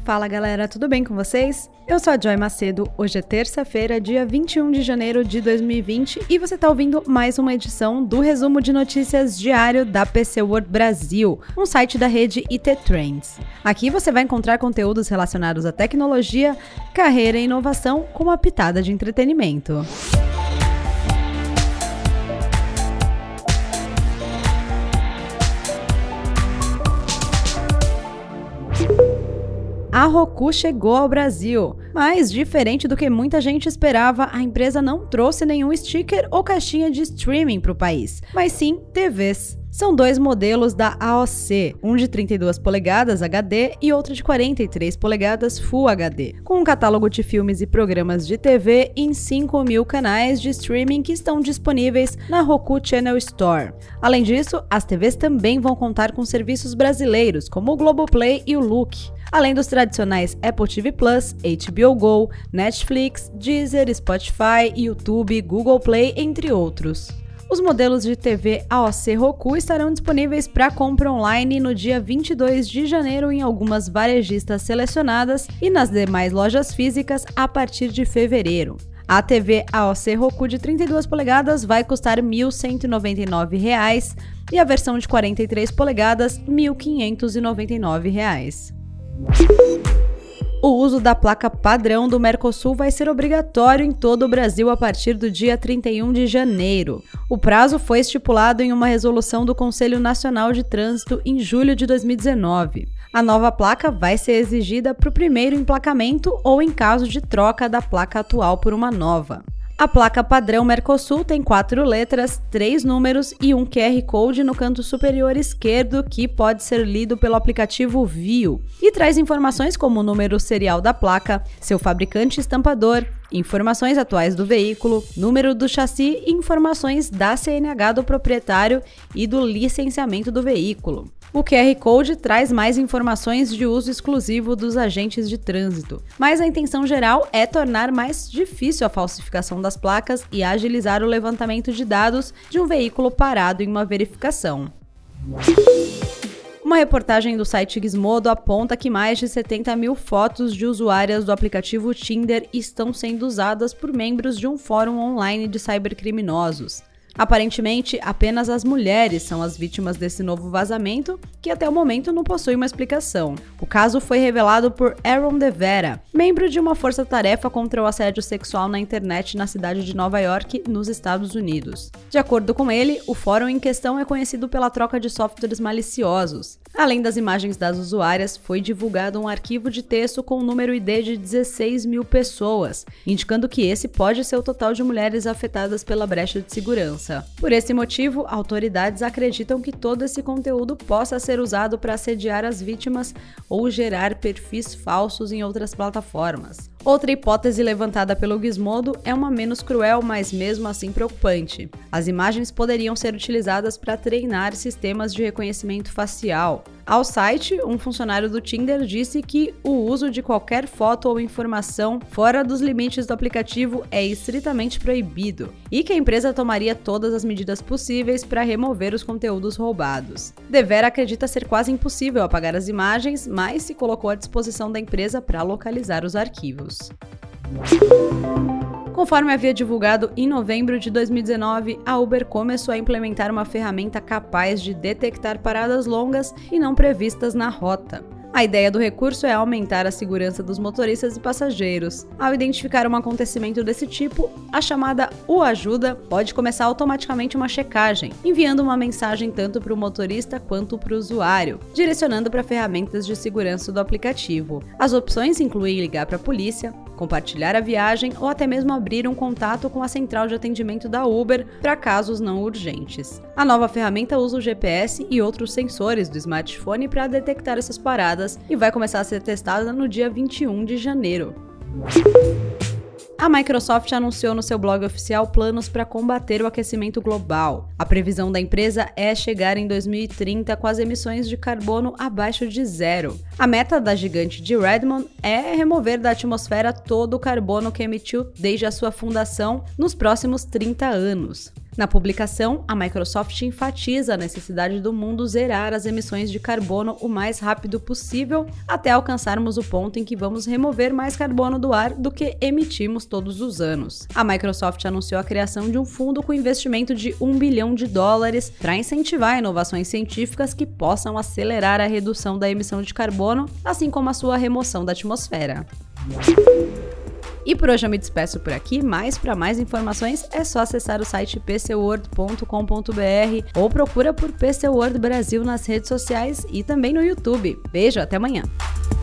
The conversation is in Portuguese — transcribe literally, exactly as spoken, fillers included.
Fala galera, tudo bem com vocês? Eu sou a Joy Macedo, hoje é terça-feira, dia vinte e um de janeiro de dois mil e vinte e você está ouvindo mais uma edição do resumo de notícias diário da P C World Brasil, um site da rede I T Trends. Aqui você vai encontrar conteúdos relacionados à tecnologia, carreira e inovação com uma pitada de entretenimento. A Roku chegou ao Brasil, mas diferente do que muita gente esperava, a empresa não trouxe nenhum sticker ou caixinha de streaming para o país, mas sim T Vs. São dois modelos da A O C, um de trinta e duas polegadas H D e outro de quarenta e três polegadas Full H D, com um catálogo de filmes e programas de T V em cinco mil canais de streaming que estão disponíveis na Roku Channel Store. Além disso, as T Vs também vão contar com serviços brasileiros, como o Globoplay e o Look, além dos tradicionais Apple T V Plus, H B O Go, Netflix, Deezer, Spotify, YouTube, Google Play, entre outros. Os modelos de T V A O C Roku estarão disponíveis para compra online no dia vinte e dois de janeiro em algumas varejistas selecionadas e nas demais lojas físicas a partir de fevereiro. A T V A O C Roku de trinta e duas polegadas vai custar mil cento e noventa e nove reais e a versão de quarenta e três polegadas mil quinhentos e noventa e nove reais. O uso da placa padrão do Mercosul vai ser obrigatório em todo o Brasil a partir do dia trinta e um de janeiro. O prazo foi estipulado em uma resolução do Conselho Nacional de Trânsito em julho de dois mil e dezenove. A nova placa vai ser exigida para o primeiro emplacamento ou em caso de troca da placa atual por uma nova. A placa padrão Mercosul tem quatro letras, três números e um Q R Code no canto superior esquerdo que pode ser lido pelo aplicativo Vio e traz informações como o número serial da placa, seu fabricante estampador, informações atuais do veículo, número do chassi e informações da C N H do proprietário e do licenciamento do veículo. O Q R Code traz mais informações de uso exclusivo dos agentes de trânsito, mas a intenção geral é tornar mais difícil a falsificação das placas e agilizar o levantamento de dados de um veículo parado em uma verificação. Uma reportagem do site Gizmodo aponta que mais de setenta mil fotos de usuárias do aplicativo Tinder estão sendo usadas por membros de um fórum online de cybercriminosos. Aparentemente, apenas as mulheres são as vítimas desse novo vazamento, que até o momento não possui uma explicação. O caso foi revelado por Aaron De Vera, membro de uma força-tarefa contra o assédio sexual na internet na cidade de Nova York, nos Estados Unidos. De acordo com ele, o fórum em questão é conhecido pela troca de softwares maliciosos. Além das imagens das usuárias, foi divulgado um arquivo de texto com o número I D de dezesseis mil pessoas, indicando que esse pode ser o total de mulheres afetadas pela brecha de segurança. Por esse motivo, autoridades acreditam que todo esse conteúdo possa ser usado para assediar as vítimas ou gerar perfis falsos em outras plataformas. Outra hipótese levantada pelo Gizmodo é uma menos cruel, mas mesmo assim preocupante. As imagens poderiam ser utilizadas para treinar sistemas de reconhecimento facial. Ao site, um funcionário do Tinder disse que o uso de qualquer foto ou informação fora dos limites do aplicativo é estritamente proibido e que a empresa tomaria todas as medidas possíveis para remover os conteúdos roubados. De Vera acredita ser quase impossível apagar as imagens, mas se colocou à disposição da empresa para localizar os arquivos. Conforme havia divulgado em novembro de dois mil e dezenove, a Uber começou a implementar uma ferramenta capaz de detectar paradas longas e não previstas na rota. A ideia do recurso é aumentar a segurança dos motoristas e passageiros. Ao identificar um acontecimento desse tipo, a chamada U Ajuda pode começar automaticamente uma checagem, enviando uma mensagem tanto para o motorista quanto para o usuário, direcionando para ferramentas de segurança do aplicativo. As opções incluem ligar para a polícia, compartilhar a viagem ou até mesmo abrir um contato com a central de atendimento da Uber para casos não urgentes. A nova ferramenta usa o G P S e outros sensores do smartphone para detectar essas paradas e vai começar a ser testada no dia vinte e um de janeiro. A Microsoft anunciou no seu blog oficial planos para combater o aquecimento global. A previsão da empresa é chegar em dois mil e trinta com as emissões de carbono abaixo de zero. A meta da gigante de Redmond é remover da atmosfera todo o carbono que emitiu desde a sua fundação nos próximos trinta anos. Na publicação, a Microsoft enfatiza a necessidade do mundo zerar as emissões de carbono o mais rápido possível, até alcançarmos o ponto em que vamos remover mais carbono do ar do que emitimos todos os anos. A Microsoft anunciou a criação de um fundo com investimento de um bilhão de dólares para incentivar inovações científicas que possam acelerar a redução da emissão de carbono, assim como a sua remoção da atmosfera. E por hoje eu me despeço por aqui, mas para mais informações é só acessar o site p c world ponto com ponto b r ou procura por P C World Brasil nas redes sociais e também no YouTube. Beijo, até amanhã!